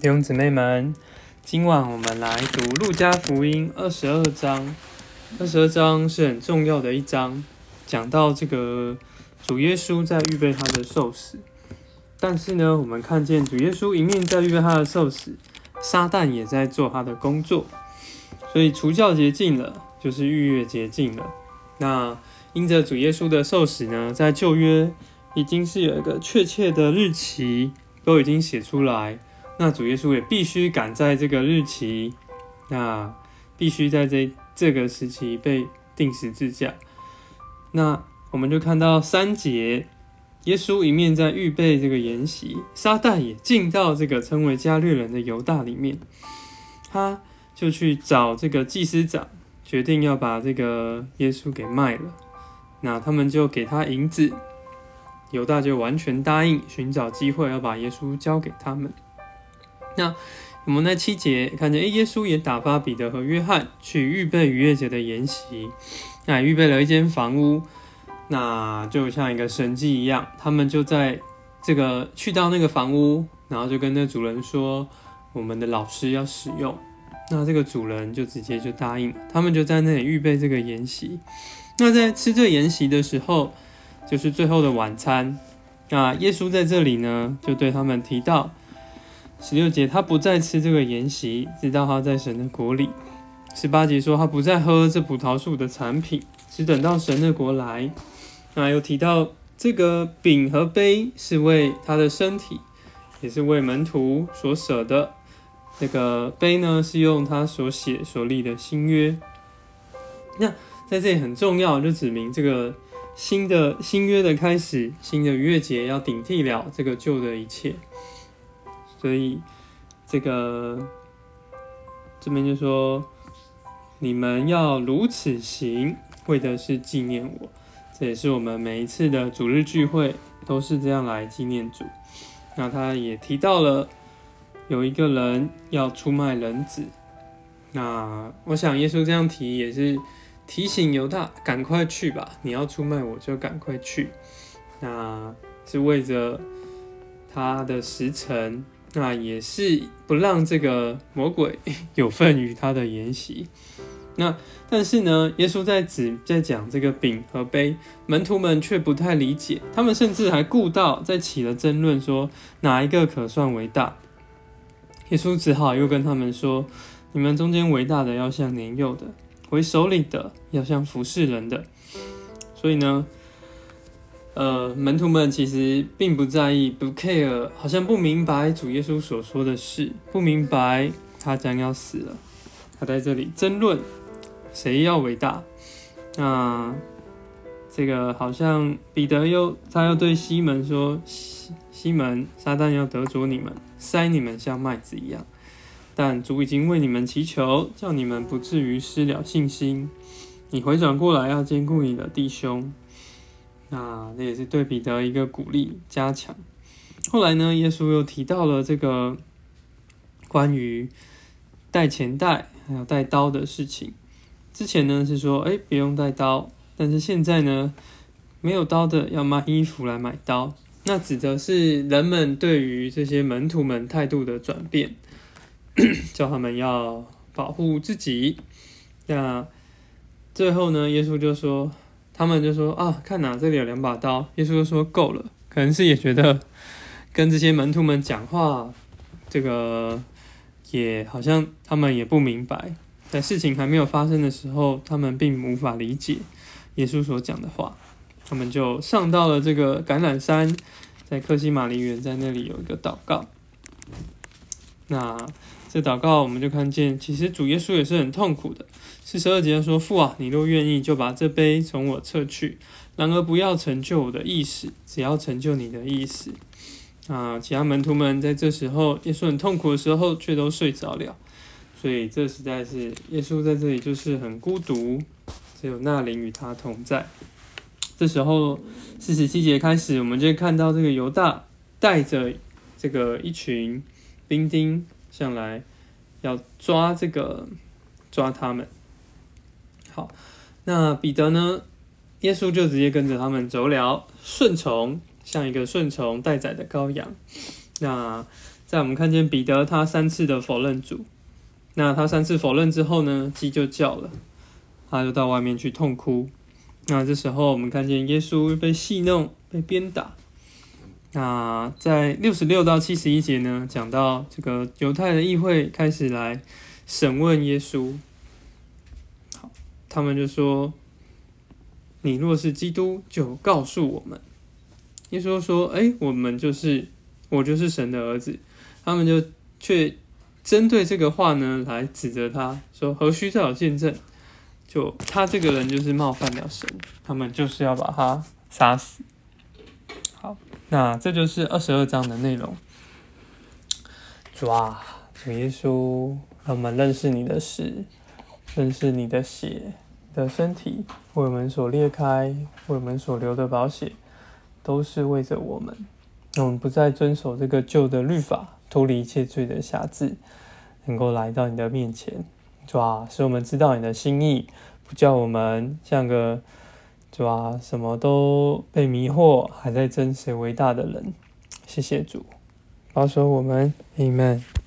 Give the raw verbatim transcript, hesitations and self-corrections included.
弟兄姊妹们，今晚我们来读路加福音二十二章。二十二章是很重要的一章，讲到这个主耶稣在预备他的受死。但是呢，我们看见主耶稣一面在预备他的受死，撒旦也在做他的工作。所以除酵节近了，就是逾越节近了。那因着主耶稣的受死呢，在旧约已经是有一个确切的日期，都已经写出来。那主耶稣也必须赶在这个日期，那必须在这这个时期被钉十字架。那我们就看到三节，耶稣一面在预备这个筵席，撒旦也进到这个称为加略人的犹大里面，他就去找这个祭司长，决定要把这个耶稣给卖了。那他们就给他银子，犹大就完全答应，寻找机会要把耶稣交给他们。那我们在七节看见，耶稣也打发彼得和约翰去预备逾越节的筵席，那预备了一间房屋，那就像一个神迹一样，他们就在这个去到那个房屋，然后就跟那个主人说，我们的老师要使用，那这个主人就直接就答应了，他们就在那里预备这个筵席。那在吃这筵席的时候，就是最后的晚餐，那耶稣在这里呢，就对他们提到十六节，他不再吃这个筵席，直到他在神的国里。十八节说，他不再喝这葡萄树的产品，只等到神的国来。那又提到这个饼和杯是为他的身体，也是为门徒所舍的。这个杯呢，是用他所写所立的新约。那在这里很重要，就指明这个新的新约的开始，新的逾越节要顶替了这个旧的一切。所以这个这边就说，你们要如此行，为的是纪念我。这也是我们每一次的主日聚会都是这样来纪念主。那他也提到了有一个人要出卖人子，那我想耶稣这样提也是提醒犹大赶快去吧，你要出卖我就赶快去，那是为着他的时辰，那也是不让这个魔鬼有份于他的筵席。那但是呢，耶稣在指在讲这个饼和杯，门徒们却不太理解，他们甚至还顾到在起了争论，说哪一个可算为大。耶稣只好又跟他们说，你们中间为大的要像年幼的，为首领的要像服侍人的。所以呢呃，门徒们其实并不在意，不 care， 好像不明白主耶稣所说的事，不明白他将要死了。他在这里争论谁要为大。那这个好像彼得又他又对西门说，西西门，撒旦要得着你们，筛你们像麦子一样，但主已经为你们祈求，叫你们不至于失了信心。你回转过来要兼顾你的弟兄。那这也是对彼得一个鼓励加强。后来呢，耶稣又提到了这个关于带钱袋还有带刀的事情。之前呢是说，哎，不用带刀，但是现在呢，没有刀的要卖衣服来买刀。那指的是人们对于这些门徒们态度的转变，叫他们要保护自己。那最后呢，耶稣就说，他们就说啊，看哪，这里有两把刀。耶稣就说够了，可能是也觉得跟这些门徒们讲话，这个也好像他们也不明白，在事情还没有发生的时候，他们并无法理解耶稣所讲的话。他们就上到了这个橄榄山，在客西马尼园，在那里有一个祷告。那这祷告我们就看见，其实主耶稣也是很痛苦的。四十二节说，父啊，你若愿意，就把这杯从我撤去，然而不要成就我的意思，只要成就你的意思。啊，其他门徒们在这时候，耶稣很痛苦的时候，却都睡着了。所以这实在是耶稣在这里就是很孤独，只有那灵与他同在。这时候四十七节开始，我们就看到这个犹大带着这个一群兵丁上来，要抓这个抓他们。好，那彼得呢？耶稣就直接跟着他们走了，顺从，像一个顺从待宰的羔羊。那在我们看见彼得他三次的否认主，那他三次否认之后呢，鸡就叫了，他就到外面去痛哭。那这时候我们看见耶稣被戏弄、被鞭打。那在六十六到七十一节呢，讲到这个犹太的议会开始来审问耶稣。好，他们就说：“你若是基督，就告诉我们。”耶稣说：“哎，我们就是我就是神的儿子。”他们就却针对这个话呢，来指责他说：“何须再有见证？就他这个人就是冒犯了神，他们就是要把他杀死。”好，那这就是二十二章的内容。主啊，主耶稣，让我们认识你的死，认识你的血，你的身体为我们所裂开，为我们所流的宝血，都是为着我们。让我们不再遵守这个旧的律法，脱离一切罪的辖制，能够来到你的面前。主啊，使我们知道你的心意，不叫我们像个主啊什么都被迷惑，还在争谁为大的人。谢谢主，保守我们 ，Amen。